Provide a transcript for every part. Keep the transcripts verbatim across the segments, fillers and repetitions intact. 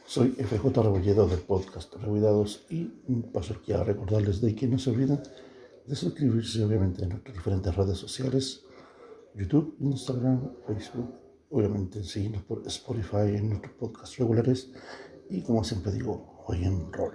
Soy F J Rebolledo del podcast Rebuidados y paso aquí a recordarles de que no se olviden de suscribirse obviamente en nuestras diferentes redes sociales, YouTube, Instagram, Facebook, obviamente seguirnos por Spotify en nuestros podcasts regulares y como siempre digo, hoy en rol.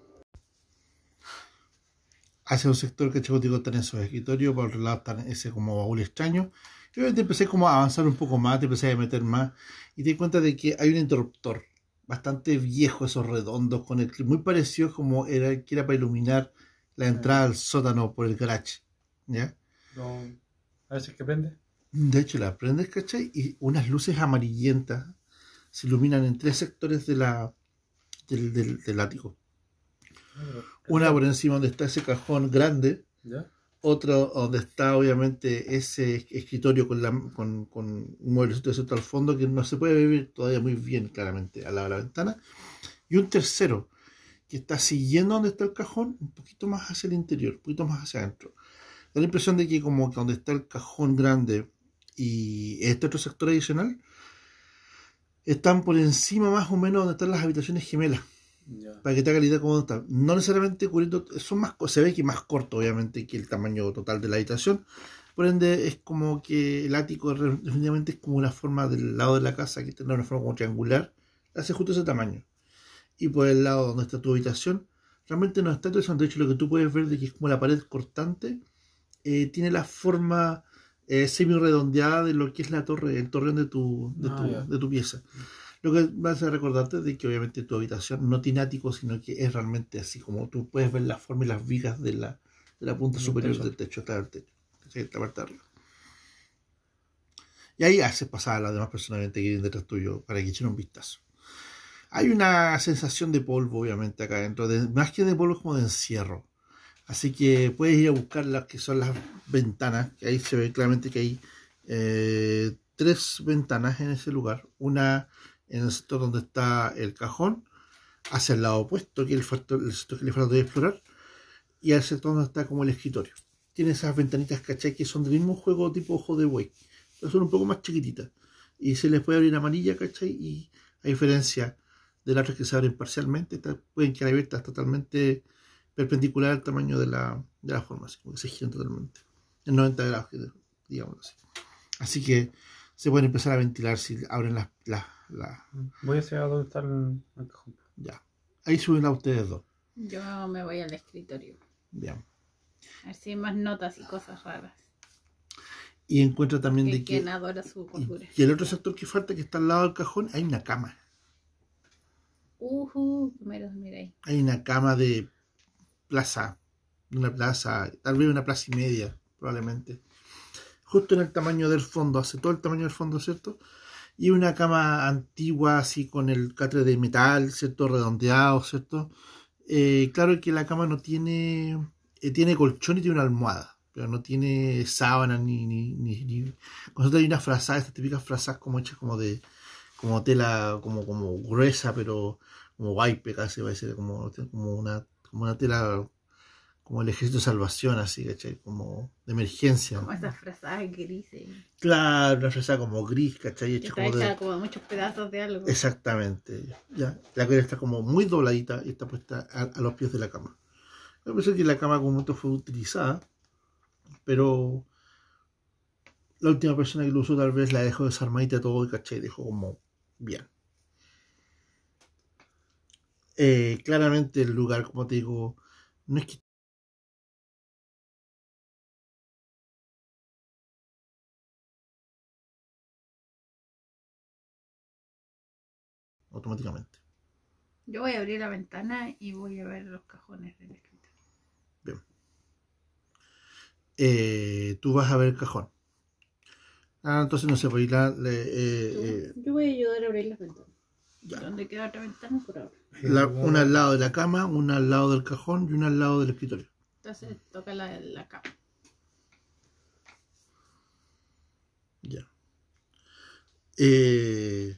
Hacia un sector que chicotico está en su escritorio, por otro lado está ese como baúl extraño. Y obviamente empecé como a avanzar un poco más, te empecé a meter más y te di cuenta de que hay un interruptor bastante viejo, esos redondos, con el muy parecido como era que era para iluminar la entrada al sótano por el garage, ¿ya? No, a veces que prende. De hecho, la prendes, ¿cachai? Y unas luces amarillentas se iluminan en tres sectores de la, del, del, del ático. Una por encima donde está ese cajón grande, ¿Ya? otro donde está obviamente ese escritorio con, la, con, con un mueblecito de al fondo que no se puede ver todavía muy bien claramente al lado de la ventana, y un tercero que está siguiendo donde está el cajón un poquito más hacia el interior, un poquito más hacia adentro. Da la impresión de que como que donde está el cajón grande y este otro sector adicional están por encima más o menos donde están las habitaciones gemelas. Ya. Para que te haga la idea cómo está. No necesariamente cubriendo, son más, se ve que más corto obviamente que el tamaño total de la habitación. Por ende es como que el ático definitivamente es como la forma del lado de la casa, que tiene una forma como triangular, hace justo ese tamaño. Y por el lado donde está tu habitación, realmente no está interesante. De hecho, lo que tú puedes ver de que es como la pared cortante, eh, tiene la forma eh, semi redondeada de lo que es la torre, el torreón de tu, de, Ah, tu, ya. de tu pieza. Lo que vas a recordarte de que obviamente tu habitación no tiene ático, sino que es realmente así como tú puedes ver la forma y las vigas de la, de la punta Del superior techo. del techo, hasta el techo, ¿sí? La parte de arriba. Y ahí haces pasar a las demás personas que vienen detrás tuyo para que echen un vistazo. Hay una sensación de polvo, obviamente, acá adentro, de, más que de polvo, es como de encierro. Así que puedes ir a buscar las que son las ventanas, que ahí se ve claramente que hay eh, tres ventanas en ese lugar. Una en el sector donde está el cajón, hacia el lado opuesto, que es el, factor, el sector que le falta de explorar, y al sector donde está como el escritorio. Tiene esas ventanitas, ¿cachai? Que son del mismo juego tipo ojo de buey, pero son un poco más chiquititas. Y se les puede abrir amarilla, ¿cachai? Y a diferencia de las otras que se abren parcialmente, pueden quedar abiertas totalmente perpendicular al tamaño de la, de la forma, así como que se giran totalmente. En noventa grados, digamos así. Así que se pueden empezar a ventilar si abren las... las, las... Voy hacia donde está el, el cajón. Ya. Ahí suben a ustedes dos. Yo me voy al escritorio. Bien. A ver si hay más notas y cosas raras. Y encuentra también Que de que... quien adora su cultura. Y el otro sector que falta, que está al lado del cajón, hay una cama. Uh, primero mira ahí. Hay una cama de plaza. Una plaza, tal vez una plaza y media, probablemente. Justo en el tamaño del fondo, hace todo el tamaño del fondo, ¿cierto? Y una cama antigua, así con el catre de metal, ¿cierto? Redondeado, ¿cierto? Eh, claro que la cama no tiene, eh, tiene colchón y tiene una almohada, pero no tiene sábana ni, ni, ni, ni... Nosotros hay unas frazadas, estas típicas frazadas como hechas como de, como tela, como, como gruesa, pero como wipe, casi va a ser como, como una, como una tela, como el ejército de salvación, así, ¿cachai? Como de emergencia. Como esas frazadas grises. Claro, una fresa como gris, ¿cachai? Que Hecha está como hecha de... como de muchos pedazos de algo. Exactamente. Ya. La cual está como muy dobladita y está puesta a, a los pies de la cama. Me parece que la cama como momento fue utilizada, pero la última persona que lo usó tal vez la dejó desarmadita todo y ¿cachai? Dejó como bien. Eh, claramente el lugar, como te digo, no es que automáticamente. Yo voy a abrir la ventana y voy a ver los cajones del escritorio. Bien. Eh, tú vas a ver el cajón. Ah, entonces no se puede ir a... Eh, eh, Yo voy a ayudar a abrir las ventanas. ya. ¿Dónde queda otra ventana? Por ahora. La, una al lado de la cama, una al lado del cajón y una al lado del escritorio. Entonces toca la, la cama. Ya. Eh,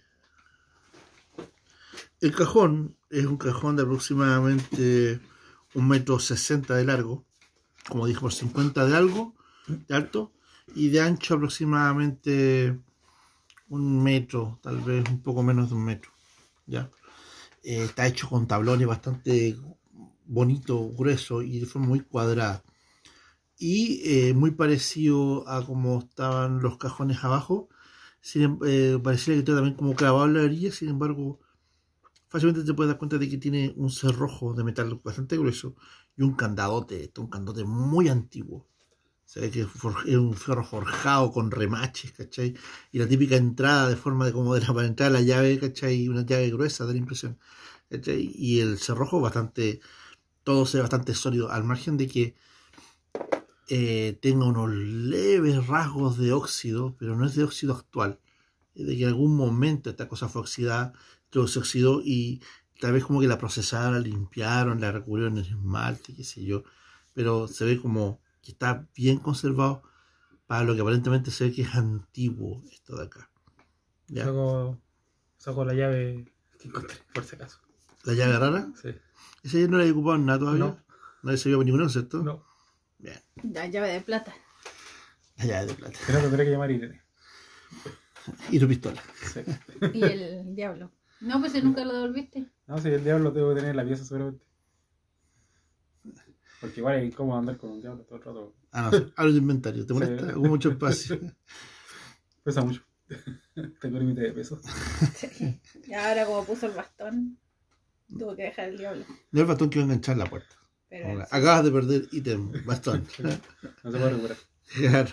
el cajón es un cajón de aproximadamente un metro sesenta de largo, como dije, por cincuenta de algo, de alto, y de ancho aproximadamente un metro, tal vez un poco menos de un metro. ¿Ya? Eh, está hecho con tablones bastante bonito, grueso y de forma muy cuadrada. Y eh, muy parecido a como estaban los cajones abajo. Sin, em- eh, pareciera que está también como clavado en la orilla, sin embargo, fácilmente te puedes dar cuenta de que tiene un cerrojo de metal bastante grueso y un candadote, un candadote muy antiguo. Se ve que es for- es un fierro forjado con remaches, ¿cachai? Y la típica entrada de forma de como de la para entrar la llave, ¿cachai? Una llave gruesa, da la impresión, ¿cachai? Y el cerrojo bastante, todo se ve bastante sólido, al margen de que eh, tenga unos leves rasgos de óxido, pero no es de óxido actual, es de que en algún momento esta cosa fue oxidada, todo se oxidó y tal vez como que la procesaron, la limpiaron, la recubrieron en esmalte, qué sé yo, pero se ve como que está bien conservado para lo que aparentemente se ve que es antiguo esto de acá. ¿Ya? Saco, saco la llave que encontré, por si acaso. ¿La llave rara? Sí. ¿Esa ya no la he ocupado en nada todavía? No. No la he servido para ninguno, ¿cierto? No. Bien, La llave de plata. la llave de plata. Pero tendré que llamar a Irene. Y tu pistola. Sí. Y el diablo. No, pues si nunca lo devolviste. No, si el diablo tengo que tener en la pieza seguramente. Porque igual es incómodo andar con un diablo todo el rato. Ah, no sé. Hablo de inventario. ¿Te Sí. molesta? Hubo mucho espacio. Pesa mucho. Tengo límite de peso. Sí. Y ahora como puso el bastón, tuvo que dejar el diablo. No el bastón que va a enganchar la puerta. Pero Ahora, él- acabas de perder ítem, bastón. No se puede recuperar. Claro.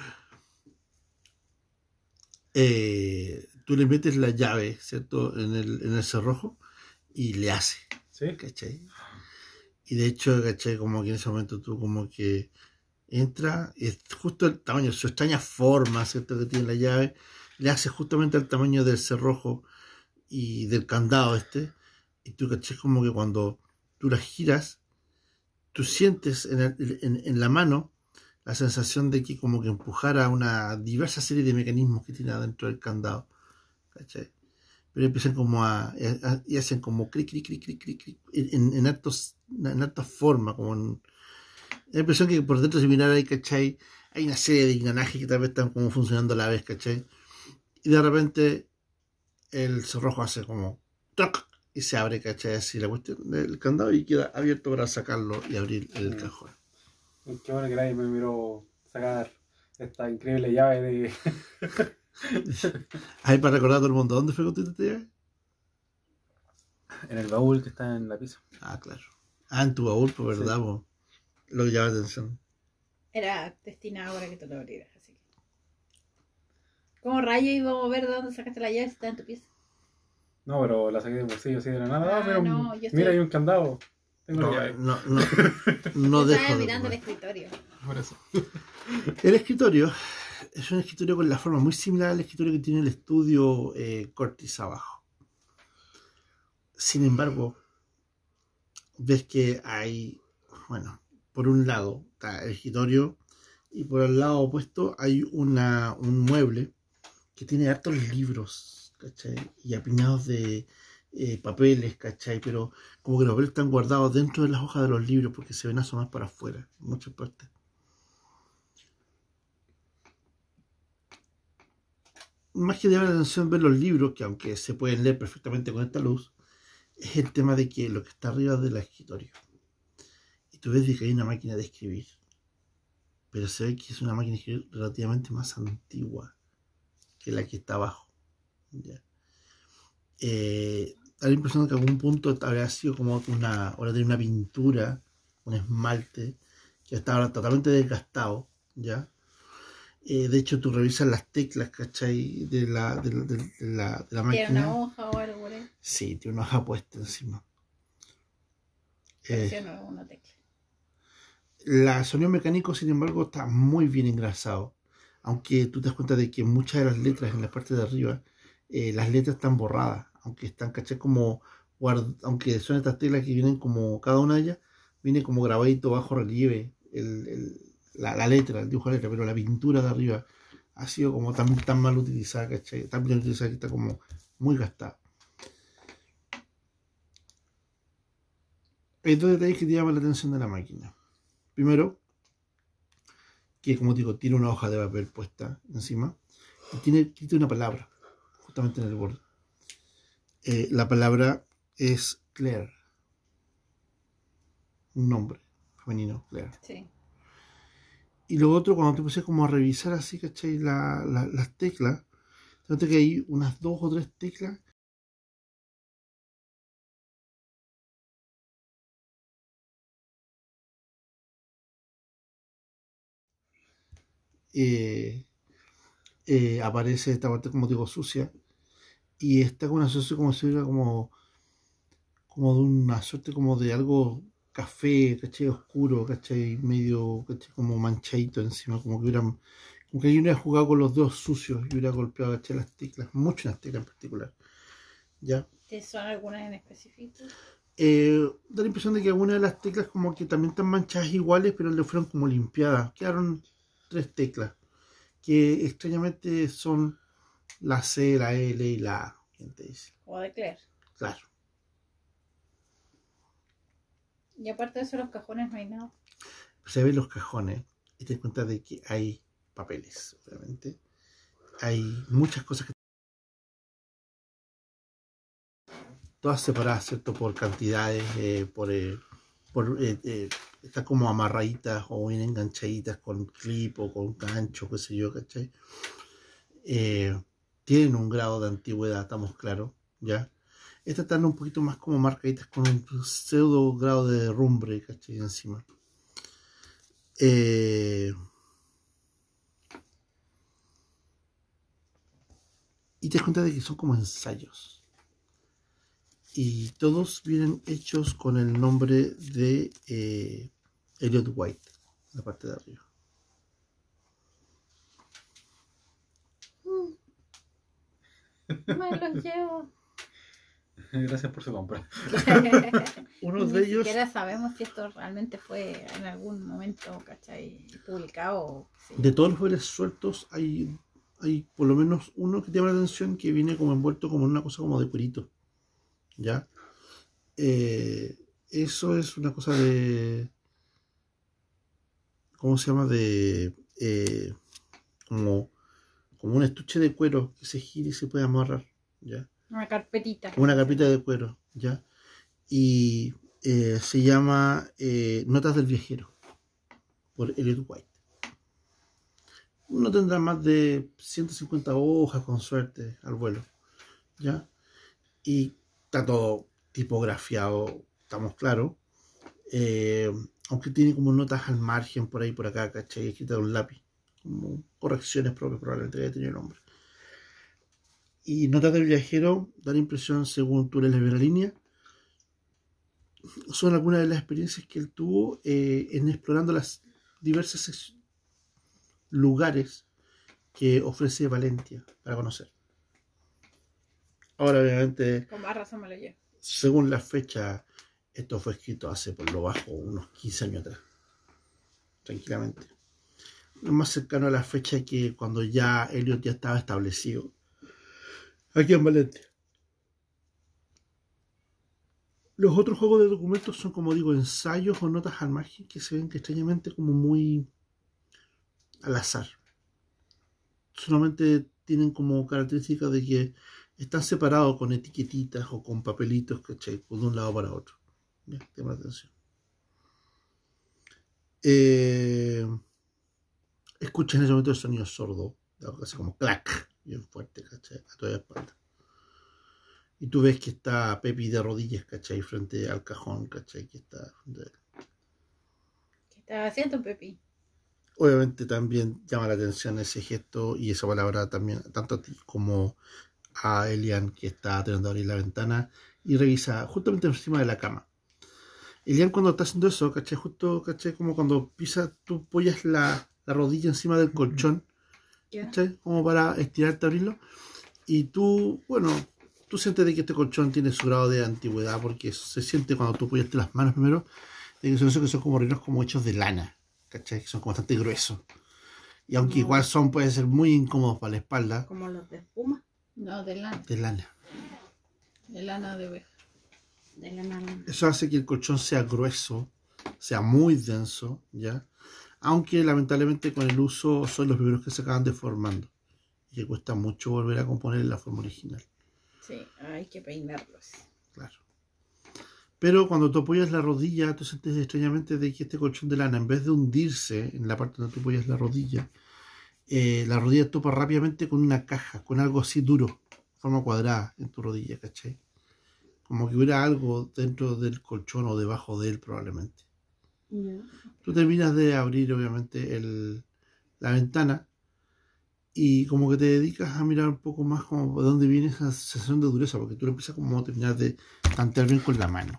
Eh, tú le metes la llave, ¿cierto? En el, en el cerrojo y le hace, ¿Sí? ¿cachai? Y de hecho, ¿cachai? Como que en ese momento tú como que entra, es justo el tamaño, su extraña forma, ¿cierto? Que tiene la llave, le hace justamente el tamaño del cerrojo y del candado este. Y tú, ¿cachai? Como que cuando tú la giras, tú sientes en, el- en- en la mano la sensación de que como que empujara una diversa serie de mecanismos que tiene adentro del candado, ¿cachai? Pero empiezan como a, a- y hacen como clic, clic, clic, clic, clic, clic, en, en altos, en altas formas, como en, la impresión que por dentro, si mirara ahí, ¿cachai? Hay una serie de engranajes que tal vez están como funcionando a la vez, ¿cachai? Y de repente el cerrojo hace como ¡toc! Y se abre, ¿cachai? Así la cuestión del candado y queda abierto para sacarlo y abrir el Mm. cajón. Qué bueno que nadie me miró sacar esta increíble llave de. Ahí para recordar a todo el mundo, ¿dónde fue que tú te llave? En el baúl que está en la pieza. Ah, claro. Ah, en tu baúl, pues verdad, Sí. po. Lo que llama la atención. era destinado para que tú lo abrieras. Así que. ¿Cómo rayo íbamos a ver de dónde sacaste la llave si está en tu pieza? No, pero la saqué de bolsillo así de la nada. Ah, Ah, pero no, yo estoy- mira, hay un candado. Tengo No, la llave. no, no, no Yo dejo estaba de mirando el ocupar. escritorio. Por eso. El escritorio es un escritorio con la forma muy similar al escritorio que tiene el estudio eh, Cortis abajo. Sin embargo, ves que hay, bueno, por un lado está el escritorio y por el lado opuesto hay una, un mueble que tiene hartos libros, ¿cachai? Y apiñados de eh, papeles, ¿cachai? Pero como que los papeles están guardados dentro de las hojas de los libros porque se ven asomar para afuera en muchas partes. Más que llamar la atención ver los libros, que aunque se pueden leer perfectamente con esta luz, es el tema de que lo que está arriba del escritorio. Y tú ves de que hay una máquina de escribir, pero se ve que es una máquina de escribir relativamente más antigua que la que está abajo. ¿Ya? Eh, da la impresión de que en algún punto habría sido como una, ahora tiene una pintura, un esmalte, que estaba totalmente desgastado, ¿ya? Eh, de hecho, tú revisas las teclas, ¿cachai? De la, de, la- de la, de la ¿Tiene máquina. una hoja o algo por ahí? Sí, tiene una hoja puesta encima. Pero Eh, sí, no es una tecla. la sonido mecánico, sin embargo, está muy bien engrasado. Aunque tú te das cuenta de que muchas de las letras en la parte de arriba, eh, las letras están borradas. Aunque están, ¿cachai? Como guard- aunque son estas teclas que vienen como, cada una de ellas, viene como grabadito bajo relieve el, el- la, la letra, el dibujo de letra, pero la pintura de arriba ha sido como tan, tan mal utilizada, ¿cachai? Tan bien utilizada que está como muy gastada. Hay dos detalles que te llaman la atención de la máquina. Primero, que como digo, tiene una hoja de papel puesta encima y tiene, tiene una palabra justamente en el borde. Eh, la palabra es Claire. Un nombre femenino, Claire. Sí. Y lo otro, cuando te puse como a revisar así, ¿cachai? La, la, las teclas, fíjate que hay unas dos o tres teclas eh, eh, aparece esta parte, como digo, sucia, y está con una sucia como si fuera como, como de una suerte como de algo café, ¿cachai? Oscuro, ¿cachai? Medio, ¿cachai? Como manchadito encima, como que hubieran, como que alguien hubiera jugado con los dedos sucios y hubiera golpeado, ¿cachai? Las teclas, mucho las teclas en particular, ¿ya? ¿Te son algunas en específico? Eh, da la impresión de que algunas de las teclas como que también están manchadas iguales, pero le fueron como limpiadas. Quedaron tres teclas, que extrañamente son la C, la L y la A. ¿Quién te dice? O de Claire. Claro. Y aparte de eso, los cajones no hay nada. Se ven los cajones y te das cuenta de que hay papeles, obviamente. Hay muchas cosas que todas separadas, ¿cierto? Por cantidades, eh, por, eh, por eh, eh, están como amarraditas o bien enganchaditas con clip o con gancho, qué sé yo, ¿cachai? Eh, tienen un grado de antigüedad, estamos claros, ¿ya? Estas están un poquito más como marcaditas con un pseudo grado de herrumbre, ¿cachai? Encima. Eh, y te das cuenta de que son como ensayos. Y todos vienen hechos con el nombre de eh, Elliot White, en la parte de arriba. Me los llevo. Gracias por su compra. Uno Ni de ellos, siquiera sabemos si esto realmente fue en algún momento, ¿cachai? Publicado. Sí. de todos los papeles sueltos, hay, hay por lo menos uno que te llama la atención que viene como envuelto como en una cosa como de cuerito. ¿Ya? Eh, eso es una cosa de... ¿Cómo se llama? De... Eh, como, como un estuche de cuero que se gira y se puede amarrar. ¿Ya? Una carpetita. Como una capita de cuero. ¿Ya? Y eh, se llama eh, Notas del Viajero por Elliot White. No tendrá más de ciento cincuenta hojas con suerte al vuelo. ¿Ya? Y está todo tipografiado, estamos claros. Eh, aunque tiene como notas al margen por ahí por acá, ¿cachai? Escrita con lápiz. Como correcciones propias probablemente que haya tenido el hombre. Y Notas del Viajero da la impresión, según tú lees la línea, son algunas de las experiencias que él tuvo eh, en explorando las diversas lugares que ofrece Valentia para conocer. Ahora, obviamente, Con más razón me lo llevo. según la fecha, esto fue escrito hace por lo bajo unos quince años atrás. Tranquilamente. Lo más cercano a la fecha que cuando ya Elliot ya estaba establecido aquí en Valencia. Los otros juegos de documentos son, como digo, ensayos o notas al margen que se ven que extrañamente como muy al azar. Solamente tienen como característica de que están separados con etiquetitas o con papelitos, ¿cachai? De un lado para otro. ¿Ya? Te llama la atención. Eh, escuchas en ese momento el sonido sordo, algo así como clac, bien fuerte, ¿cachai? A toda la espalda. Y tú ves que está Pepi de rodillas, ¿cachai? Frente al cajón, ¿cachai? Que está frente a él. ¿Qué estás haciendo, Pepi? Obviamente también llama la atención ese gesto y esa palabra también, tanto a ti como a Elian, que está tratando de abrir la ventana y revisa justamente encima de la cama. Elian, cuando está haciendo eso, ¿cachai? Justo, ¿cachai? Como cuando pisas, tú apoyas la, la rodilla encima del colchón, ¿cachai? Como para estirarte, abrirlo. Y tú, bueno, tú sientes de que este colchón tiene su grado de antigüedad porque se siente cuando tú apoyaste las manos primero, de que son esos que son como rinos como hechos de lana, ¿cachai? Que son como bastante gruesos. Y aunque No. igual son, pueden ser muy incómodos para la espalda, Como los de espuma. No, de lana. de lana. De lana de oveja. De lana. Eso hace que el colchón sea grueso, sea muy denso, ¿ya? Aunque lamentablemente con el uso son los primeros que se acaban deformando y que cuesta mucho volver a componer en la forma original. Sí, hay que peinarlos. Claro. Pero cuando tú apoyas la rodilla, tú sientes extrañamente de que este colchón de lana, en vez de hundirse en la parte donde tú apoyas la rodilla, eh, la rodilla topa rápidamente con una caja, con algo así duro, forma cuadrada en tu rodilla, ¿cachai? Como que hubiera algo dentro del colchón o debajo de él probablemente. Ya. Tú terminas de abrir obviamente el, la ventana y como que te dedicas a mirar un poco más como de dónde viene esa sensación de dureza, porque tú lo empiezas como a terminar de tantear bien con la mano.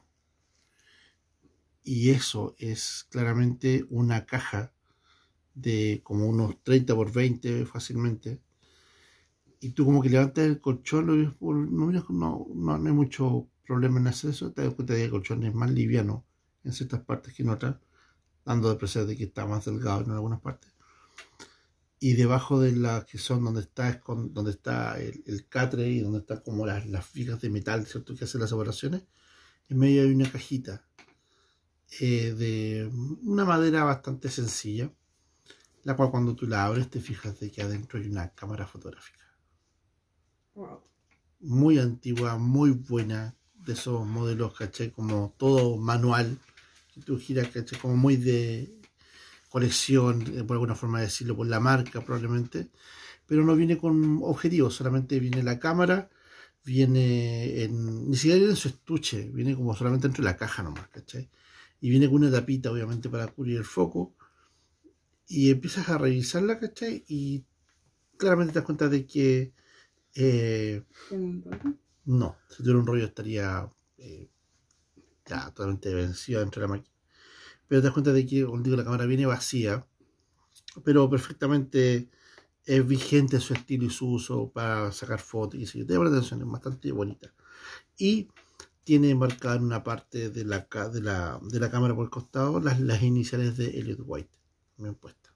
Y eso es claramente una caja de como unos treinta por veinte fácilmente. Y tú como que levantas el colchón, lo ves por- no, miras- no, no, no hay mucho problema en hacer eso, te das cuenta de que el colchón es más liviano en ciertas partes que en otras, dando de apreciar de que está más delgado en algunas partes. Y debajo de las que son donde está, escon- donde está el, el catre y donde están como las, las vigas de metal, ¿cierto? Que hacen las separaciones, en medio hay una cajita eh, de una madera bastante sencilla, la cual cuando tú la abres te fijas de que adentro hay una cámara fotográfica. Wow. Muy antigua, muy buena, de esos modelos, caché, como todo manual, que tú giras, caché, como muy de colección, eh, por alguna forma de decirlo, por la marca probablemente, pero no viene con objetivos, solamente viene la cámara, viene en, ni siquiera viene en su estuche, viene como solamente dentro de la caja nomás, ¿cachai? Y viene con una tapita, obviamente, para cubrir el foco, y empiezas a revisarla, ¿cachai? Y claramente te das cuenta de que eh, no, si tuviera un rollo estaría eh, ya totalmente vencido dentro de la máquina. Pero te das cuenta de que, como digo, la cámara viene vacía, pero perfectamente es vigente su estilo y su uso para sacar fotos y sí, te llama la atención, es bastante bonita. Y tiene marcada en una parte de la, de la, de la cámara por el costado las, las iniciales de Elliot White, bien puestas.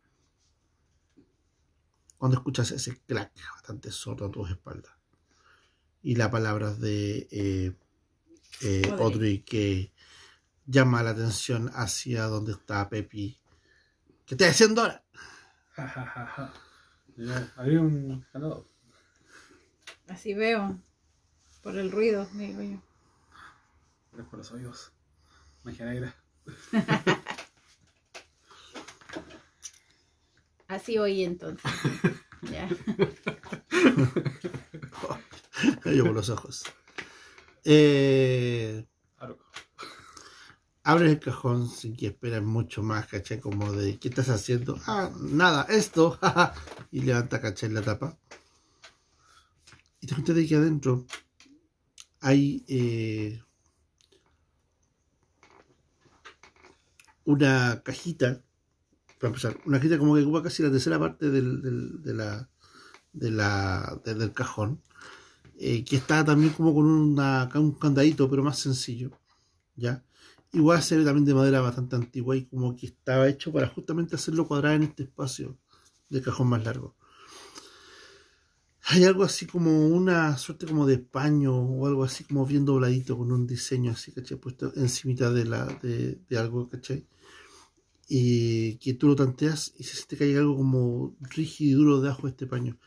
Cuando escuchas ese clac bastante sordo a tus espaldas. Y las palabras de eh, eh, Audrey. Audrey que llama la atención hacia donde está Pepi. ¿Qué estás haciendo ahora? Ja, ja, ja, ja. Ya, había un ganado. Así veo. Por el ruido, digo yo. Pero por los oídos. Magia negra. Así oí entonces. Ya. Yo por los ojos. Eh, Claro. abres el cajón sin que esperes mucho más, caché, como de ¿qué estás haciendo? Ah, nada, esto. Y levanta, caché, la tapa. Y te cuenta de que adentro hay eh, una cajita, para empezar, una cajita como que ocupa casi la tercera parte del, del, de la, de la, de- del cajón, eh, que está también como con una, un candadito, pero más sencillo, ¿ya? Igual se ve también de madera bastante antigua y como que estaba hecho para justamente hacerlo cuadrar en este espacio del cajón más largo. Hay algo así como una suerte como de paño o algo así como bien dobladito con un diseño así, ¿cachai? Puesto encimita de, la, de, de algo, ¿cachai? Y que tú lo tanteas y se siente que hay algo como rígido y duro debajo de este paño.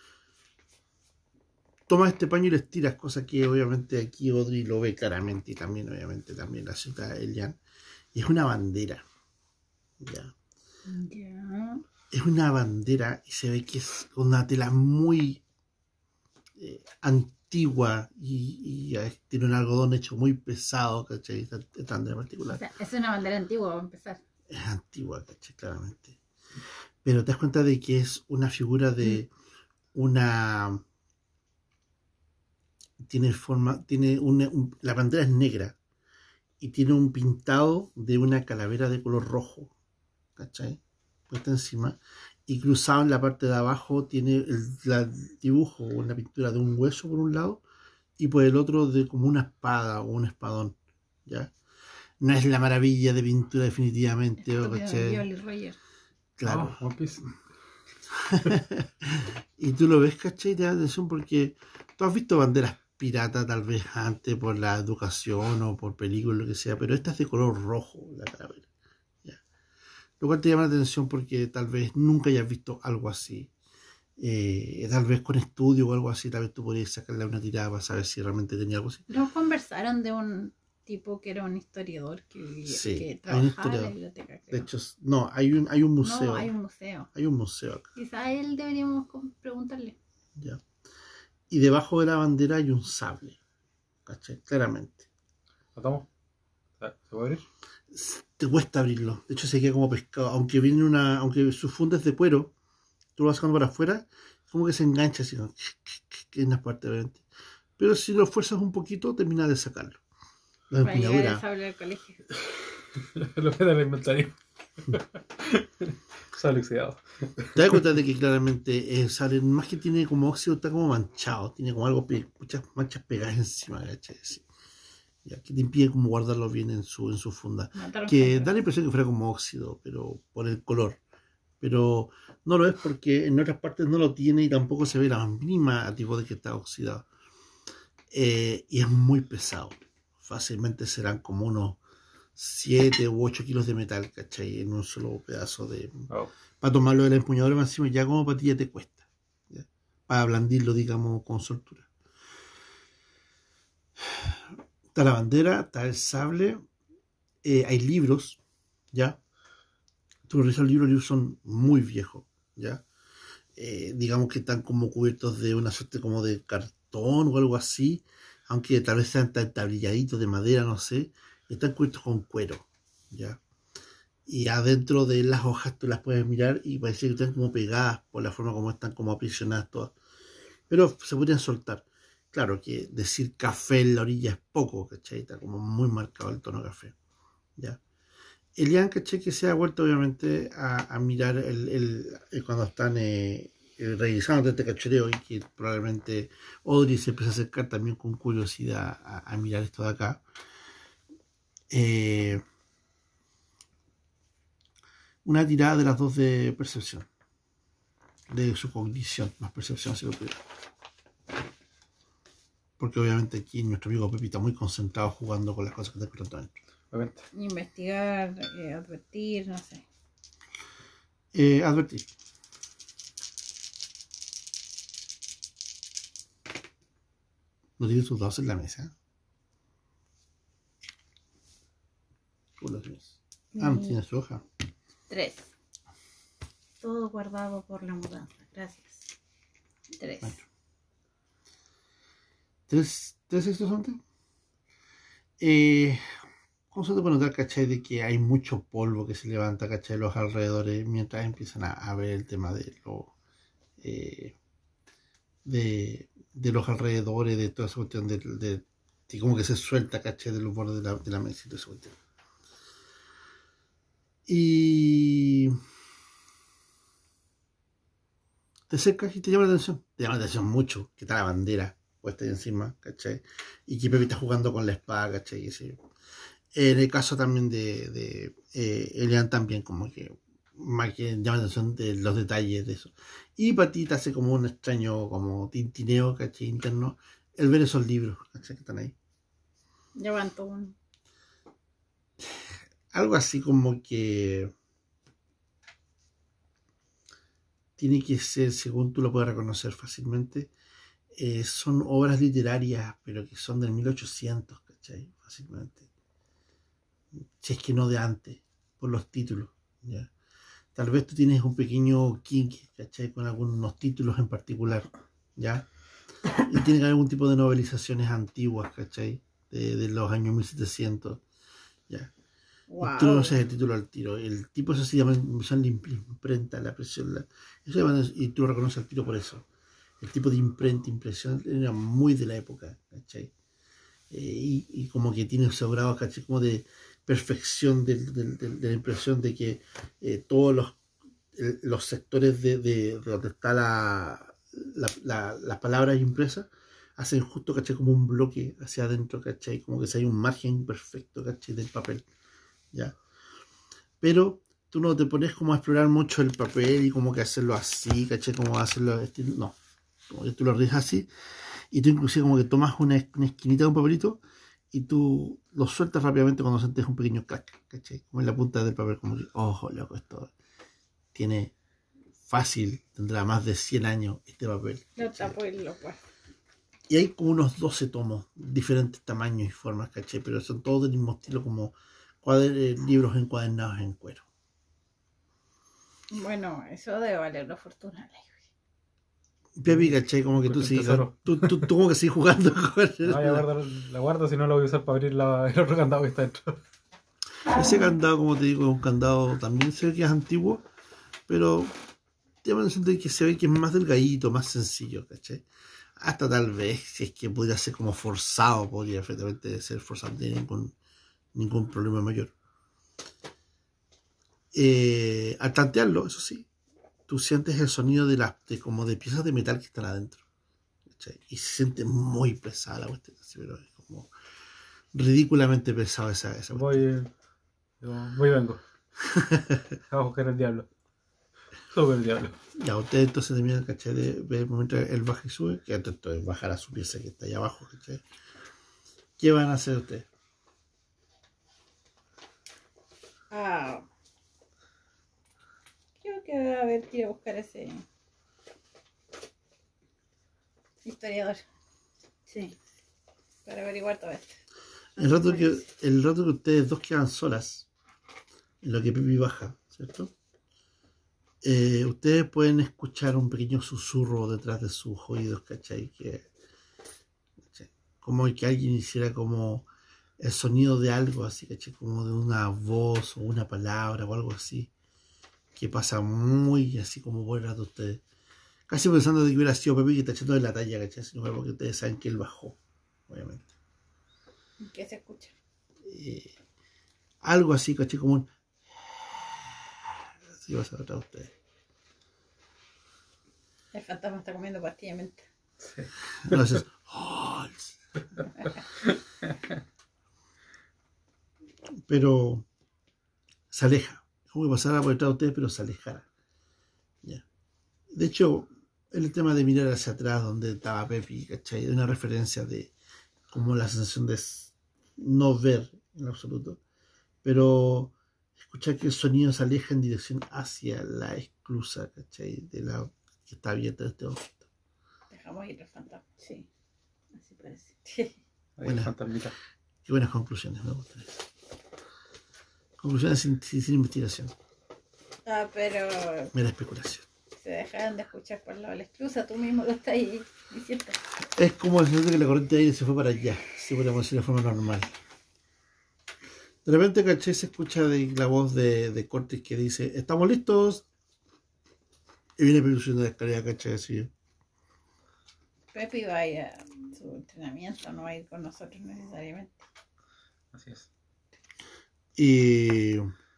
Tomas este paño y le estiras, cosa que obviamente aquí Audrey lo ve claramente y también obviamente también la cita Elian. Y es una bandera, ¿ya? Ya. Es una bandera y se ve que es una tela muy eh, antigua y, y, eh, tiene un algodón hecho muy pesado, ¿cachai? Esta, esta bandera en O particular. sea, es una bandera antigua, va a empezar. Es antigua, ¿cachai? Claramente. Pero te das cuenta de que es una figura de una... Tiene forma, tiene una, un, la bandera es negra y tiene un pintado de una calavera de color rojo, ¿cachai? Puesta encima. Y cruzado en la parte de abajo tiene el, la, el dibujo o la pintura de un hueso por un lado y por el otro de como una espada o un espadón, ¿ya? No es la maravilla de pintura definitivamente, Estúpido, ¿cachai? Jolly Roger. Claro. Oh, One Piece. Y tú lo ves, ¿cachai? Te da atención porque tú has visto banderas piratas tal vez antes por la educación o por películas, lo que sea, pero esta es de color rojo, la calavera. ¿Ya? Lo cual te llama la atención porque tal vez nunca hayas visto algo así. Eh, tal vez con estudio o algo así, tal vez tú podrías sacarle una tirada para saber si realmente tenía algo así. No conversaron de un tipo que era un historiador que, vivía, Sí, que hay un trabajaba en la historiador. biblioteca, De creo. hecho, no, hay un, hay un museo. No, hay un museo. Hay un museo acá. Quizá a él deberíamos com- preguntarle. ¿Ya? Y debajo de la bandera hay un sable, ¿cachai? Claramente. ¿Lo tomo? ¿Se puede abrir? Te cuesta abrirlo. De hecho, se queda como pescado. Aunque viene una. Aunque su funda es de cuero, tú lo vas sacando para afuera, como que se engancha así, ¿no? Que en las partes, obviamente. Pero si lo fuerzas un poquito, termina de sacarlo. La Para llevar el empuñadura. sable al colegio. Lo voy a dar al inventario. Sale oxidado. Te das cuenta de que claramente eh, sale, más que tiene como óxido, está como manchado. Tiene como algo, pe- muchas manchas pegadas encima, ¿cachai? Sí. Ya, que te impide como guardarlo bien en su, en su funda. Mataron Que gente. da la impresión que fuera como óxido, pero por el color. Pero no lo es porque en otras partes no lo tiene y tampoco se ve la mínima tipo de que está oxidado. Eh, y es muy pesado. Fácilmente serán como unos siete u ocho kilos de metal, ¿cachai? En un solo pedazo de... Oh. Para tomarlo de la empuñadura más encima, ya como para ti ya te cuesta. ¿Ya? Para blandirlo, digamos, con soltura. Está la bandera, está el sable, eh, hay libros, ¿ya? Tú revisas los libros, los libros son muy viejos, ¿ya? Eh, digamos que están como cubiertos de una suerte como de cartón o algo así, aunque tal vez sean tablilladitos de madera, no sé, están cubiertos con cuero, ¿ya? Y adentro de las hojas tú las puedes mirar y parece que están como pegadas por la forma como están como aprisionadas todas. Pero se podrían soltar. Claro que decir café en la orilla es poco, ¿cachai? Está como muy marcado el tono café, ¿ya? Elian, ¿cachai? Que se ha vuelto obviamente a, a mirar el, el, el cuando están eh, eh, revisando este cachoreo y que probablemente Audrey se empieza a acercar también con curiosidad a, a mirar esto de acá. Eh, una tirada de las dos de percepción, de su cognición, más percepción si lo tuviera. Porque obviamente aquí nuestro amigo Pepi está muy concentrado jugando con las cosas que está corriendo adentro. Obviamente. Investigar, eh, advertir, no sé. Eh, advertir. No tiene sus dados en la mesa. ¿Cómo lo tienes? Ah, no tiene su hoja. Tres. Todo guardado por la mudanza. Gracias. Tres. Bueno. ¿Tres, tres extras antes? Eh, ¿Cómo se te puede notar, cachai, de que hay mucho polvo que se levanta, cachai, los alrededores mientras empiezan a, a ver el tema de lo eh, de, de los alrededores, de toda esa cuestión de, de, de como que se suelta, cachai, de los bordes de la, de la mesa y toda esa cuestión. Y te acercas y te llama la atención, te llama la atención mucho, que está la bandera puesta ahí encima, ¿cachai? Y que Pepe está jugando con la espada, ¿cachai? Y sí. En el caso también de, de eh, Elian también, como que más que llama la atención de los detalles de eso. Y para ti te hace como un extraño, como tintineo, ¿cachai? Interno, el ver esos libros, ¿cachai? Que están ahí. Ya van todo uno. Algo así como que tiene que ser, según tú lo puedes reconocer fácilmente, eh, son obras literarias, pero que son del mil ochocientos, ¿cachai? Fácilmente. Si es que no de antes, por los títulos, ¿ya? Tal vez tú tienes un pequeño kink, ¿cachai? Con algunos títulos en particular, ¿ya? Y tiene que haber algún tipo de novelizaciones antiguas, ¿cachai? De, de los años mil setecientos, ¿ya? Wow. Y tú no conoces el título al tiro. El tipo eso se llama la imprenta, la presión. La, eso llama, y tú lo reconoces al tiro por eso. El tipo de imprenta, impresión, era muy de la época, ¿cachai? Eh, y, y como que tiene esos grados, ¿cachai? Como de perfección de, de, de, de la impresión de que eh, todos los, el, los sectores de, de, de donde está la, la, la, las palabras impresas hacen justo, ¿cachai? Como un bloque hacia adentro, ¿cachai? Como que si hay un margen perfecto, ¿cachai? Del papel, ¿ya? Pero tú no te pones como a explorar mucho el papel y como que hacerlo así, ¿cachai? Como hacerlo estilo, no, como que tú lo realizas así y tú inclusive como que tomas una, una esquinita de un papelito y tú lo sueltas rápidamente cuando sientes un pequeño crack, ¿cachai? Como en la punta del papel, como que, ojo, loco, esto tiene fácil, tendrá más de cien años este papel, Lo ¿cachai? tapo y lo guardo. Y hay como unos doce tomos, diferentes tamaños y formas, ¿cachai? Pero son todos del mismo estilo, como cuader- libros encuadernados en cuero. Bueno, eso debe valer una fortuna. Pepi, ¿cachai? Como que tú Porque el sigues, tesoro. tú, tú, tú como que sigues jugando con el- No, ya guardo, la guardo, si no la voy a usar para abrir la, el otro candado que está dentro. Ese candado, como te digo, es un candado también se ve que es antiguo, pero te da la impresión de que se ve que es más delgadito, más sencillo, ¿cachai? Hasta tal vez, si es que pudiera ser como forzado, podría perfectamente ser forzado, no tiene ningún, ningún problema mayor. Eh, al tantearlo, eso sí, tú sientes el sonido de las de como de piezas de metal que están adentro, ¿cachai? Y se siente muy pesada la cuestión, así, pero es como ridículamente pesado esa, esa cuestión. Voy, yo voy y vengo. A buscar el diablo. Sobre el diablo. Ya, ustedes entonces terminan, ¿cachai? De ver el momento él baja y sube, que esto es bajar a su pieza que está allá abajo, ¿cachai? ¿Qué van a hacer ustedes? Ah, creo que va a haber que ir a buscar ese historiador. Sí, para averiguar todo esto. El rato que, el rato que ustedes dos quedan solas, en lo que Pipi baja, ¿cierto? Eh, ustedes pueden escuchar un pequeño susurro detrás de sus oídos, ¿cachai? Que, ¿cachai? Como que alguien hiciera como el sonido de algo así, ¿cachai? Como de una voz o una palabra o algo así, que pasa muy así como por el rato de ustedes. Casi pensando de que hubiera sido Pepe que está echando de la talla, ¿cachai? Sino porque ustedes saben que él bajó, obviamente. ¿Qué se escucha? Eh, algo así, ¿cachai? Como un... Así vas a ver a ustedes. El fantasma está comiendo pastilla de menta. Entonces, pero se aleja. Como que pasara por detrás de ustedes, pero se alejara. Ya. De hecho, el tema de mirar hacia atrás donde estaba Pepi, ¿cachai? De una referencia de como la sensación de no ver en absoluto, pero escuchar que el sonido se aleja en dirección hacia la esclusa, ¿cachai? De la que está abierta de este momento. Dejamos ir el fantasma. Sí, así parece. Ahí, Buena. fantasmita. Qué buenas conclusiones, me gustan. Conclusiones sin, sin, sin investigación, Ah, pero mera especulación. se dejaron de escuchar por lado de la esclusa. Tú mismo lo estás ahí diciendo. Es como el sonido de que la corriente de aire se fue para allá, si podríamos decir de forma normal. De repente, caché, se escucha de la voz de, de Cortis que dice, ¿estamos listos? Y viene Pepi subiendo la escalera, caché, así. Pepe va a ir a su entrenamiento, no va a ir con nosotros necesariamente. Así es. Y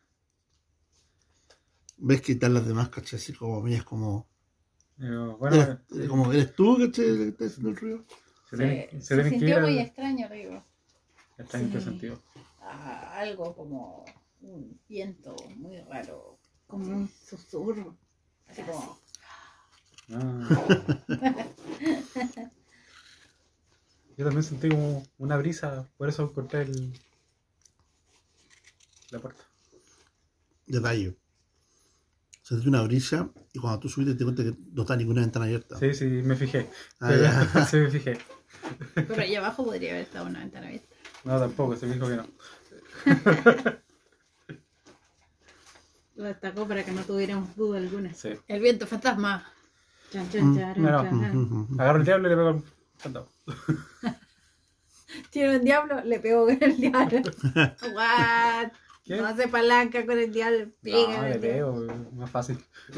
ves que están las demás, caché, así como mías, como... Pero, bueno, eres, sí, como eres tú, caché, el que está haciendo el ruido. se, Se, tienen, se se tienen que ir sintió muy al... extraño, lo digo. ¿Extraño en qué Sí. sentido? Ah, algo como un viento muy raro, como un susurro, así como... Ah. Yo también sentí como una brisa, por eso encontré el... la puerta. Detalle. Sentí una brisa y cuando tú subiste te cuenta que no está ninguna ventana abierta. Sí, sí, me fijé. Ah, ya. Sí, me fijé. Pero ahí abajo podría haber estado una ventana abierta. No, tampoco, se me dijo que no. Lo destacó para que no tuviéramos duda alguna. Sí. El viento fantasma. Chan, chan, Mm, charan, no, no. charan. Ujú, ujú. Agarro el diablo y le pego al candado. Tiene un diablo, le pegó con el diablo. What? ¿Qué? No hace palanca con el diablo, pega No, con le el diablo. pego, más fácil.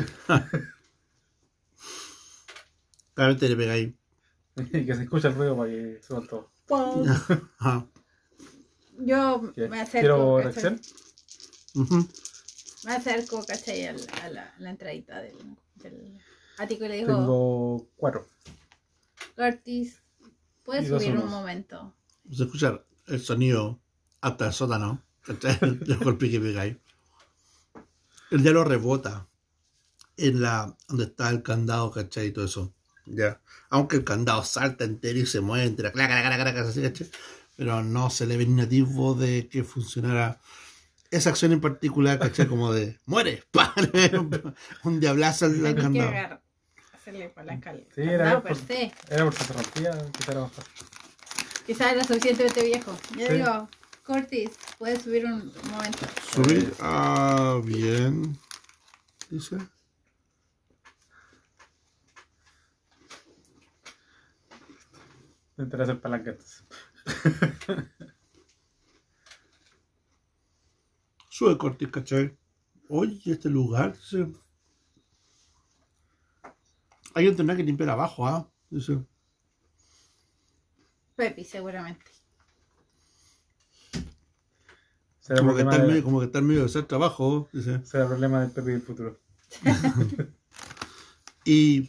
Claramente le pegáis. Y que se escuche el ruido para que suban todo. Pum. Ajá. Yo ¿Qué? me acerco, ¿Quiero ¿cachai? reacción? Ujú. Me acerco, ¿cachai? A la, a la, a la entradita del, del ático y le digo, Tengo cuatro. Curtis, ¿puedes Y dos subir un unos. momento? Se escucha el sonido hasta el sótano, ¿cachai? El golpe que pegáis. El diablo rebota en la donde está el candado, ¿cachai? Y todo eso. Ya. Aunque el candado salta entero y se mueve entera, claca, claca, claca, claca, así, ¿cachai? Pero no se le ve ni nativo de que funcionara esa acción en particular, ¿cachai? Como de muere, ¡pam! Un diablazo al, al Tengo que candado. agarrar, hacerle palanca al Sí, era candado por, per se. era por se rompía, quizá era mejor. Quizás era suficientemente viejo. Yo Sí. digo, Curtis, puedes subir un momento. Subir. Ah, bien. Dice. Me interesa hacer palanquetas. Sube Cortis, ¿cachai? Oye, este lugar, dice. Alguien tendrá que limpiar abajo, ¿ah? Dice. Pepi, seguramente. Será Como que, problema, está en de, medio, como que está en medio de hacer trabajo, dice. será problema del Pepe del futuro. Y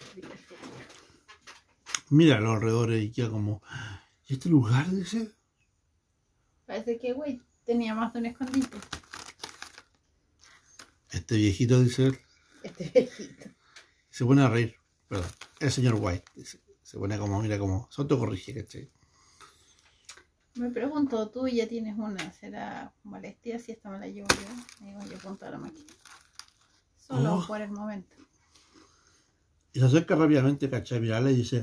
mira a los alrededores y queda como. ¿Y este lugar? Dice. Parece que, güey, tenía más de un escondite. Este viejito, dice él. Este viejito. Se pone a reír. Perdón. El señor White, dice. Se pone como, mira como. Se autocorrige, ¿cachai? Me pregunto, tú ya tienes una, ¿será molestia si esta me la llevo yo? Digo, yo apunto a la máquina. Solo Oh. por el momento. Y se acerca rápidamente, ¿cachai? Mirarle y dice.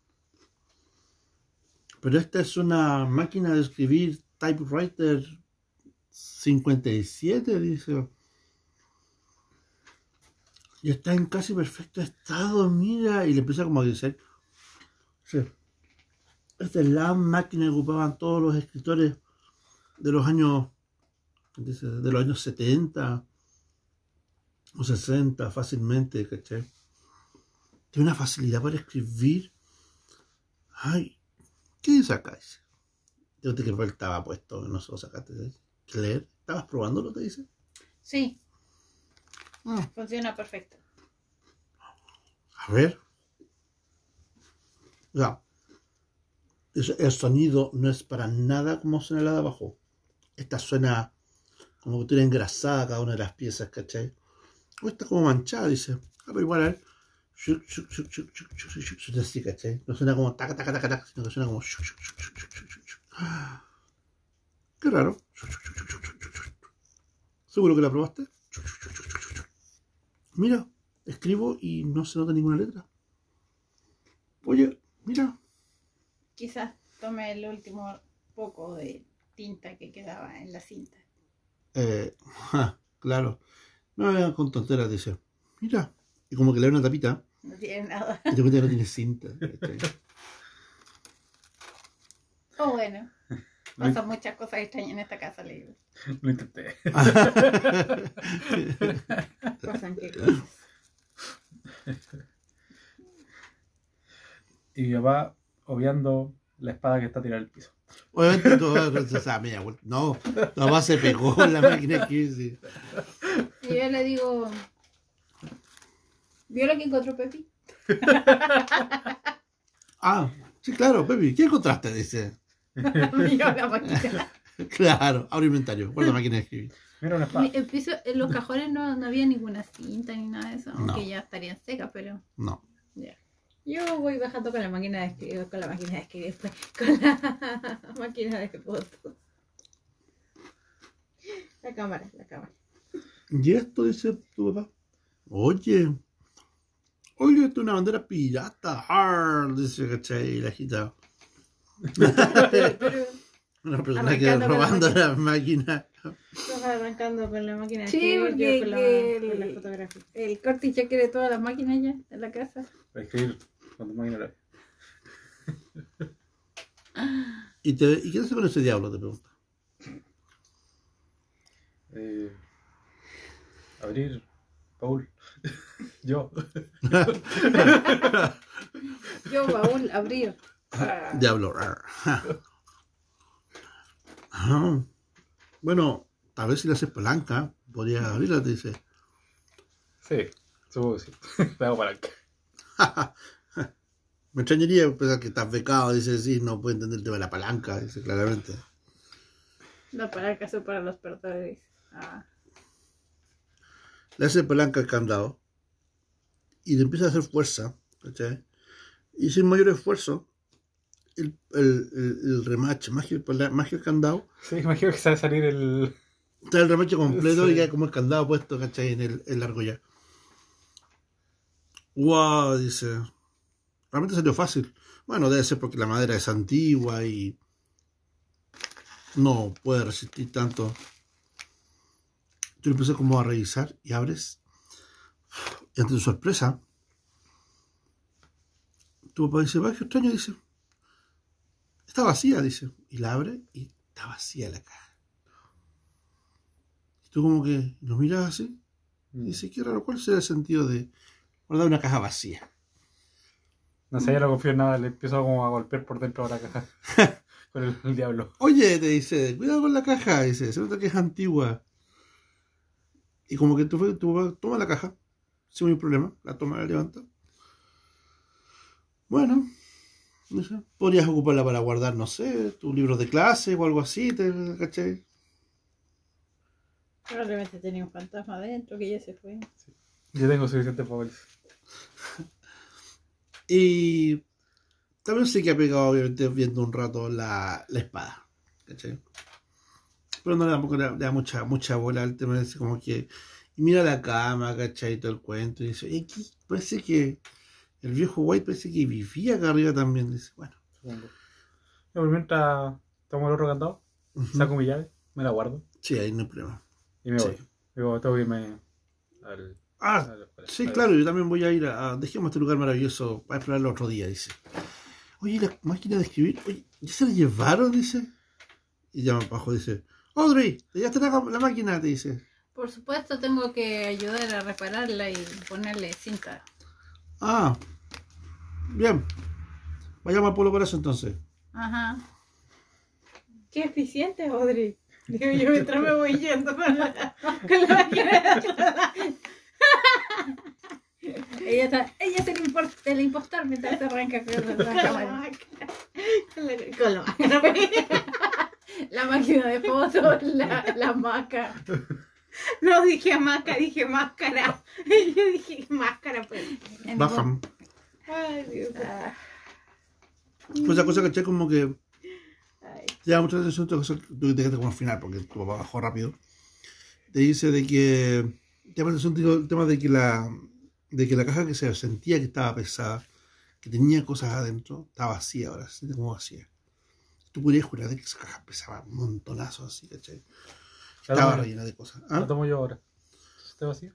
Pero esta es una máquina de escribir typewriter cincuenta y siete, dice. Y está en casi perfecto estado, mira. Y le empieza como a decir. Sí. Esta es la máquina que ocupaban todos los escritores de los años. Dice, de los años setenta o sesenta, fácilmente, ¿cachai? Tiene una facilidad para escribir. Ay, ¿qué dice acá? Dice. Yo te que estaba puesto, no se lo sacaste. ¿Sabes? ¿Qué leer? ¿Estabas probándolo, te dice? Sí, Ah, funciona perfecto. a ver. O sea, es- el sonido no es para nada como suena la de abajo. Esta suena como que estuviera engrasada cada una de las piezas, ¿cachai? O está como manchada, dice. Ah, pero igual a ver. Shuk, shuk, shuk, shuk, shuk, shuk, shuk, shuk, suena así, ¿cachai? No suena como taca, taca, taca, taca, sino que suena como shuk, shuk, shuk, shuk, shuk, shuk, shuk. Ah, qué raro. Shuk, shuk, shuk, shuk, shuk, shuk, shuk. ¿Seguro que la probaste? Shuk, shuk, shuk, shuk, shuk, shuk. Mira, escribo y no se nota ninguna letra. Oye, mira. Quizás tome el último poco de tinta que quedaba en la cinta. Eh, ja, claro. No me vengan con tonteras, dice. Mira. Y como que le da una tapita No tiene nada. y te cuenta que no tiene cinta. ¿cachai? Oh, bueno. Pasan muchas cosas extrañas en esta casa, le digo. Lo intenté. Pasan qué cosas. Y mi papá obviando la espada que está tirada al piso. Obviamente todo, o sea, media vuelta. No, la mamá se pegó en la máquina que dice. Y yo le digo, ¿vio lo que encontró Pepi? Ah, sí, claro, Pepi, ¿qué encontraste? Dice. Vio la máquina. Claro, abre inventario, guarda máquina de escribir. Mira una Mi- espada. el piso, en los cajones no, no había ninguna cinta ni nada de eso, No. aunque ya estarían secas, pero No. ya. Yo voy bajando con la máquina de escribir, con la máquina de escribir, pues, con la máquina de fotos. La cámara, la cámara. ¿Y esto? Dice tu papá. Oye, oye, esto es una bandera pirata. Arr, dice, ¿cachai? La agita. Pero, pero Una persona que Arrancando con la robando máquina. la máquina. Estás arrancando con la máquina de Sí, escribir, yo porque con la, que con la el- fotografía. el Corti ya quiere todas las máquinas ya en la casa. Para escribir con tu máquina. era- ¿Y, te, ¿Y qué hace con ese diablo? Te pregunta. Eh, abrir. Paul. Yo. Yo, baúl, abrir. Diablo. Arr. Ah. Bueno, tal vez si le haces palanca, podría abrirla, te dice. Sí, supongo que sí. Me hago palanca. Me extrañaría pensar que estás becado, dice, sí, no puede entender el tema de la palanca, dice claramente. La palanca es para los perdedores. Ah. Le hace palanca al candado y le empieza a hacer fuerza, ¿cachai? Y sin mayor esfuerzo, el, el, el, el remache, más que el, pala- más que el candado, Sí, imagino que se va a salir el. está el remache completo Sí. y queda como el candado puesto, ¿cachai? En, el, en la argolla. Wow, dice. Realmente salió fácil. Bueno, debe ser porque la madera es antigua y no puede resistir tanto. Tú empiezas como a revisar y abres. Y ante tu sorpresa, tu papá dice, va, qué extraño, dice. Está vacía, dice. Y la abre y está vacía la caja. Y tú como que lo miras así. Y dice, qué raro, ¿cuál será el sentido de guardar una caja vacía? No sé, yo no confío en nada, le empiezo como a golpear por dentro de la caja. Con el, el diablo. Oye, te dice, cuidado con la caja, dice, se nota que es antigua. Y como que tú, tú toma la caja, sin ningún problema, la toma, la levanta. Bueno, no sé, podrías ocuparla para guardar, no sé, tus libros de clase o algo así, ¿te caché? Probablemente tenía un fantasma adentro que ya se fue. Sí. Yo tengo suficientes papeles. Y también sé que ha pegado, obviamente, viendo un rato la, la espada, ¿cachai? Pero no le tampoco le da, le da mucha, mucha bola al tema, es como que y mira la cama, ¿cachai? Todo el cuento, y dice, "Eh, ¿qué? Parece que el viejo White parece que vivía acá arriba también", dice, bueno. Supongo. Yo, mientras tomo el otro candado, Uh-huh. saco mi llave, me la guardo Sí, ahí no hay problema. y me Sí. voy. Digo, tengo que irme al... Ah, a la escuela. sí, Adiós. claro, yo también voy a ir a, a dejemos este lugar maravilloso para explorarlo otro día, dice. Oye, la máquina de escribir, oye, ¿ya se la llevaron? Dice. Y llama abajo, dice, Audrey, ¿te llevaste la, la máquina? Te dice. Por supuesto, tengo que ayudar a repararla y ponerle cinta. Ah, bien. Vayamos a Polo para eso entonces. Ajá. Qué eficiente, Audrey. Digo yo mientras me voy yendo con la, con la máquina. Ella, está, ella es el, import, el impostor mientras se arranca con la, Con la cámara. máquina. Con la, con la máquina. La máquina de fotos, la, la maca. No dije maca, dije máscara. Yo dije máscara, pues. En Bajan. Ay, Dios. Ah, Pues esa cosa, ¿cachai? Como que ay. te llama mucha atención, tú te quedaste como al final, porque tu papá bajó rápido. Te dice de que te llama la atención el tema de que la de que la caja que se sentía que estaba pesada, que tenía cosas adentro, estaba vacía ahora, se siente como vacía. Tú podrías jurar de que esa caja pesaba un montonazo así, ¿cachai? La Estaba tomo- rellena de cosas. La ¿Ah? tomo yo ahora. ¿Está vacío?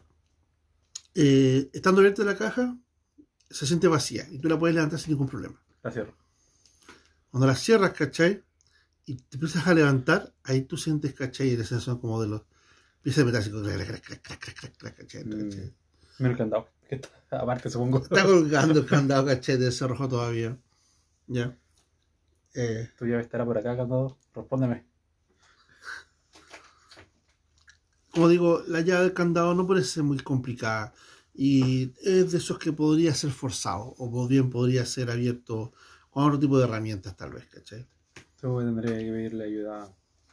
Eh, estando abierta la caja, se siente vacía y tú la puedes levantar sin ningún problema. La cierro. Cuando la cierras, ¿cachai? Y te empiezas a levantar, ahí tú sientes, ¿cachai? La sensación como de los piezas de metal, así como crac, crac, crac, crac, crac, crac, crac, ¿cachai? ¿Cachai? Mira el candado. Que está aparte, supongo. Está colgando el candado, ¿cachai? De ese rojo todavía. Ya. Eh, Tu llave estará por acá, candado. Respóndeme. como digo, la llave del candado no parece ser muy complicada. Y es de esos que podría ser forzado, o bien podría ser abierto con otro tipo de herramientas, tal vez, ¿cachai? Supongo que tendré que pedirle ayuda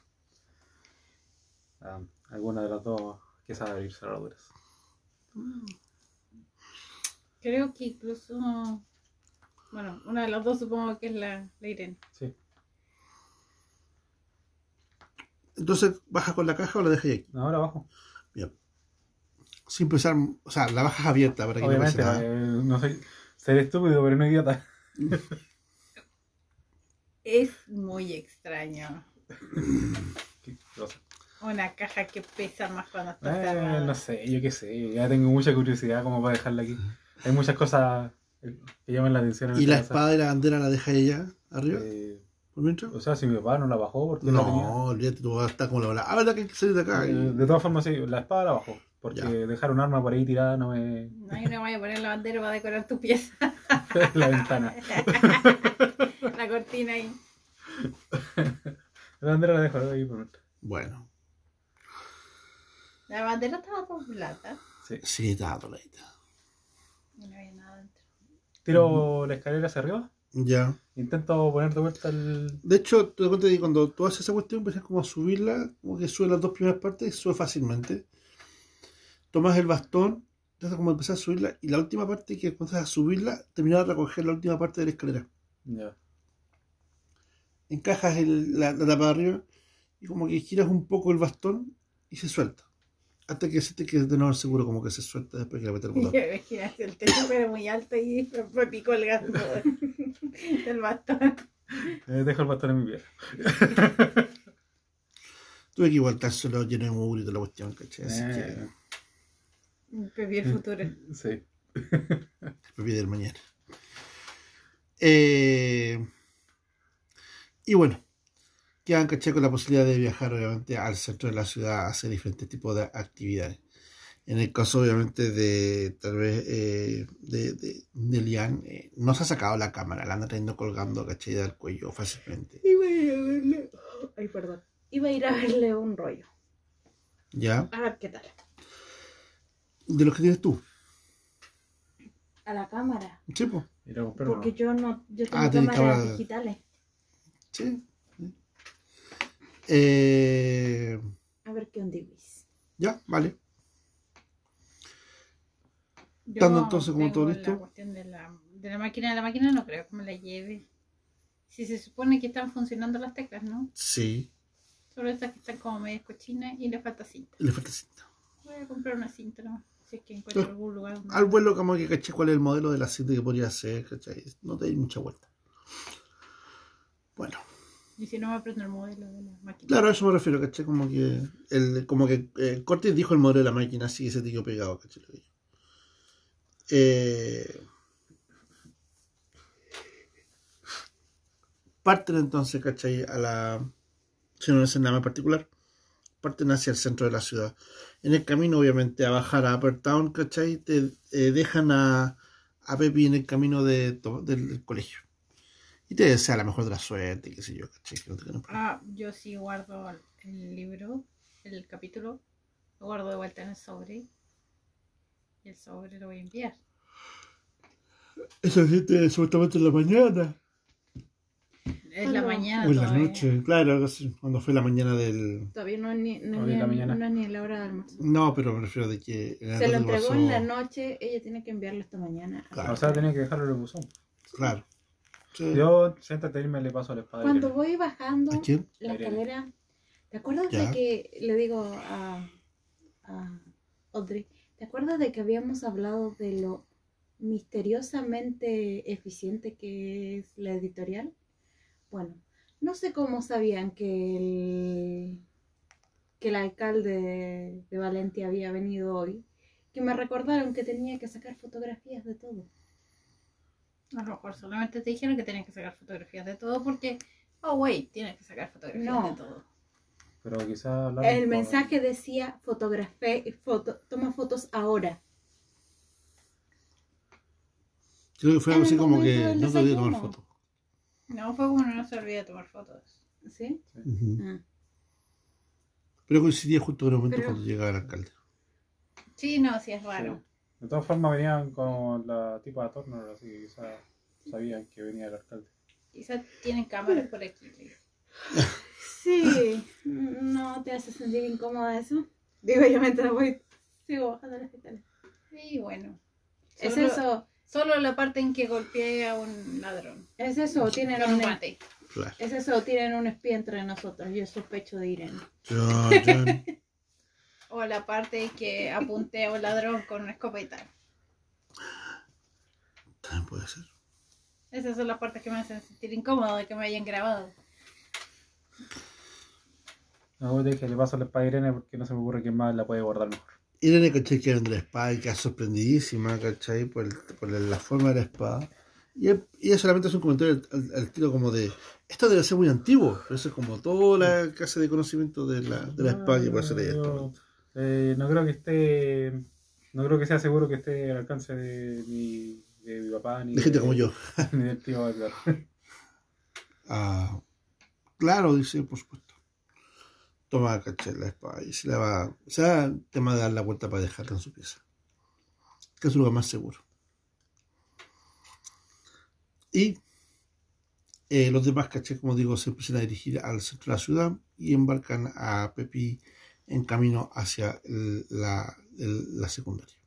a alguna de las dos que sabe abrir cerraduras. Creo que incluso. Bueno, una de las dos supongo que es la, la Irene. Sí. Entonces, ¿bajas con la caja o la dejas aquí? Ahora abajo. Bien. Sin pensar, o sea, la bajas abierta para que Obviamente, no pase nada. eh, no soy. Seré estúpido, pero no idiota. Es muy extraño. Qué cosa. Una caja que pesa más cuando está Eh, cerrada. no sé, yo qué sé. Ya tengo mucha curiosidad como para dejarla aquí. Hay muchas cosas eh, que llaman la atención en ¿Y esta la casa. espada y la bandera la dejas ella arriba? Eh, ¿Por mientras? o sea, si mi papá no la bajó, porque la tenía. No, olvídate, tú vas a estar como la bola. Ah, verdad que hay que salir de acá. Eh, de todas formas, sí, la espada la bajó. Porque Ya. dejar un arma por ahí tirada no me. No, yo no voy a poner la bandera para decorar tu pieza. la ventana. La cortina ahí. La bandera la dejo ahí por mientras. Bueno, La bandera estaba con plata. Sí. sí, está doladita. Y no había nada dentro. Tiro la escalera hacia arriba. Ya. Intento poner de vuelta el. De hecho, te das cuenta de que cuando tú haces esa cuestión, empiezas como a subirla, como que sube las dos primeras partes y sube fácilmente. Tomas el bastón, entonces como empezás a subirla, y la última parte que empiezas a subirla, terminas de recoger la última parte de la escalera. Ya. Encajas el- la, la tapa de arriba y como que giras un poco el bastón y se suelta. hasta que siente que de nuevo seguro como que se suelta después que le mete el Y yo botón. ves que hace el techo pero muy alto y me, me picó el gato del bastón. Eh, dejo el bastón en mi piel. Tuve que igual solo lleno de mugre y toda la cuestión, ¿cachai? Así Eh, Pepi el futuro. sí. que me pide el mañana. Eh, y bueno, quedan, ¿cachai? Con la posibilidad de viajar obviamente al centro de la ciudad a hacer diferentes tipos de actividades. En el caso obviamente de tal vez eh, de, de, de Lian, eh, no se ha sacado la cámara, la anda teniendo colgando, ¿cachai? Del cuello fácilmente. Iba a ir a verle. Ay, perdón. Iba a ir a verle un rollo. ¿Ya? A ver qué tal. De los que tienes tú. A la cámara. Sí, pues. Ir a comprar Porque uno. yo no. Yo tengo Ah, tenés cámaras cámara- digitales. Sí. sí. Eh, A ver qué ondibis. ya, vale. Yo Estando entonces como todo tengo listo. La cuestión de la, de la máquina, la máquina no creo que me la lleve. Si se supone que están funcionando las teclas, ¿no? Sí. Solo estas que están como medias cochinas y le falta cinta. Le falta cinta. Voy a comprar una cinta, ¿no? Si es que encuentro Sí. algún lugar. donde- Al vuelo como que caché cuál es el modelo de la cinta que podría ser, ¿cachai? No te di mucha vuelta. Bueno, Y si no me aprendo el modelo de la máquina. claro, a eso me refiero, ¿cachai? Como que el, como que eh, Cortés dijo el modelo de la máquina, así que se te quedó pegado, ¿cachai? Lo dijo. Eh, parten entonces, ¿cachai? A la... Si no es nada en particular, parten hacia el centro de la ciudad. En el camino, obviamente, a bajar a Upper Town, ¿cachai? Te eh, dejan a, a Pepi en el camino de, to- del, del colegio. Y te desea la mejor de la suerte, qué sé yo, ¿cachai? Que no te queden problemas. Ah, yo sí guardo el libro, el capítulo, lo guardo de vuelta en el sobre. Y el sobre lo voy a enviar. Eso existe supuestamente en la mañana. Es la Cuando- mañana O en la todavía. noche, claro, algo así, cuando fue la mañana del... Todavía no es ni, no es Hoy ni, en la mañana. no es ni la hora de almuerzo. No, pero me refiero de que... en el Se lo rato que entregó pasó- en la noche. Ella tiene que enviarlo esta mañana. Claro. O sea, tenía que dejarlo en el buzón. Claro. Sí. Yo, siéntate y me le paso a la espada. Cuando voy bajando ¿A quién? la Irene. escalera, ¿te acuerdas Ya. de que le digo a, a Audrey? ¿Te acuerdas de que habíamos hablado de lo misteriosamente eficiente que es la editorial? Bueno, no sé cómo sabían que el, que el alcalde de Valencia había venido hoy, que me recordaron que tenía que sacar fotografías de todo. A lo mejor solamente te dijeron que tenías que sacar fotografías de todo porque, oh, wait, tienes que sacar fotografías No. de todo. Pero quizás hablaron El con- mensaje decía fotografe, foto, toma fotos ahora. Creo que fue En algo así el como momento que del no te olvides tomar desayuno. fotos. No, fue como no se olvida tomar fotos. ¿Sí? Ujú. Ah. Pero coincidía justo en el momento Pero- cuando llegaba el alcalde. Sí, no, sí es raro. De todas formas venían con la tipa de Turner, así que quizás sabían que venía el alcalde. Quizás tienen cámaras por aquí. Sí, no te hace sentir incómoda eso. Digo, yo mientras voy, sigo bajando las escaleras. Y bueno. Es Solo- eso, Solo la parte en que golpeé a un ladrón. es eso, tienen Con un un, guante. Claro. es eso, tienen un espía entre nosotros. Yo sospecho de Irene. John, John. O la parte en que apunté a un ladrón con una escopeta. También puede ser. Esas son las partes que me hacen sentir incómodo de que me hayan grabado. No, te dije, le paso la espada a Irene porque no se me ocurre quién más la puede guardar mejor. Irene, ¿cachai? Que de la espada y queda sorprendidísima, ¿cachai? Por, el- por la forma de la espada. Y, él- y ella solamente hace un comentario al, al- al estilo como de, esto debe ser muy antiguo, pero eso es como toda la clase de conocimiento de la, de la espada que puede hacer ella. Yo, eh, no creo que esté, no creo que sea seguro que esté al alcance de mi, de mi papá ni De gente como yo. ni del tío Edgar. Ah, claro, dice, por supuesto. Toma, ¿cachai? La espada y se la va, se da el tema de dar la vuelta para dejarla en su pieza. Que es un lugar más seguro. Y eh, los demás, ¿cachai? Como digo, se empiezan a dirigir al centro de la ciudad y embarcan a Pepi en camino hacia el- la, el- la secundaria.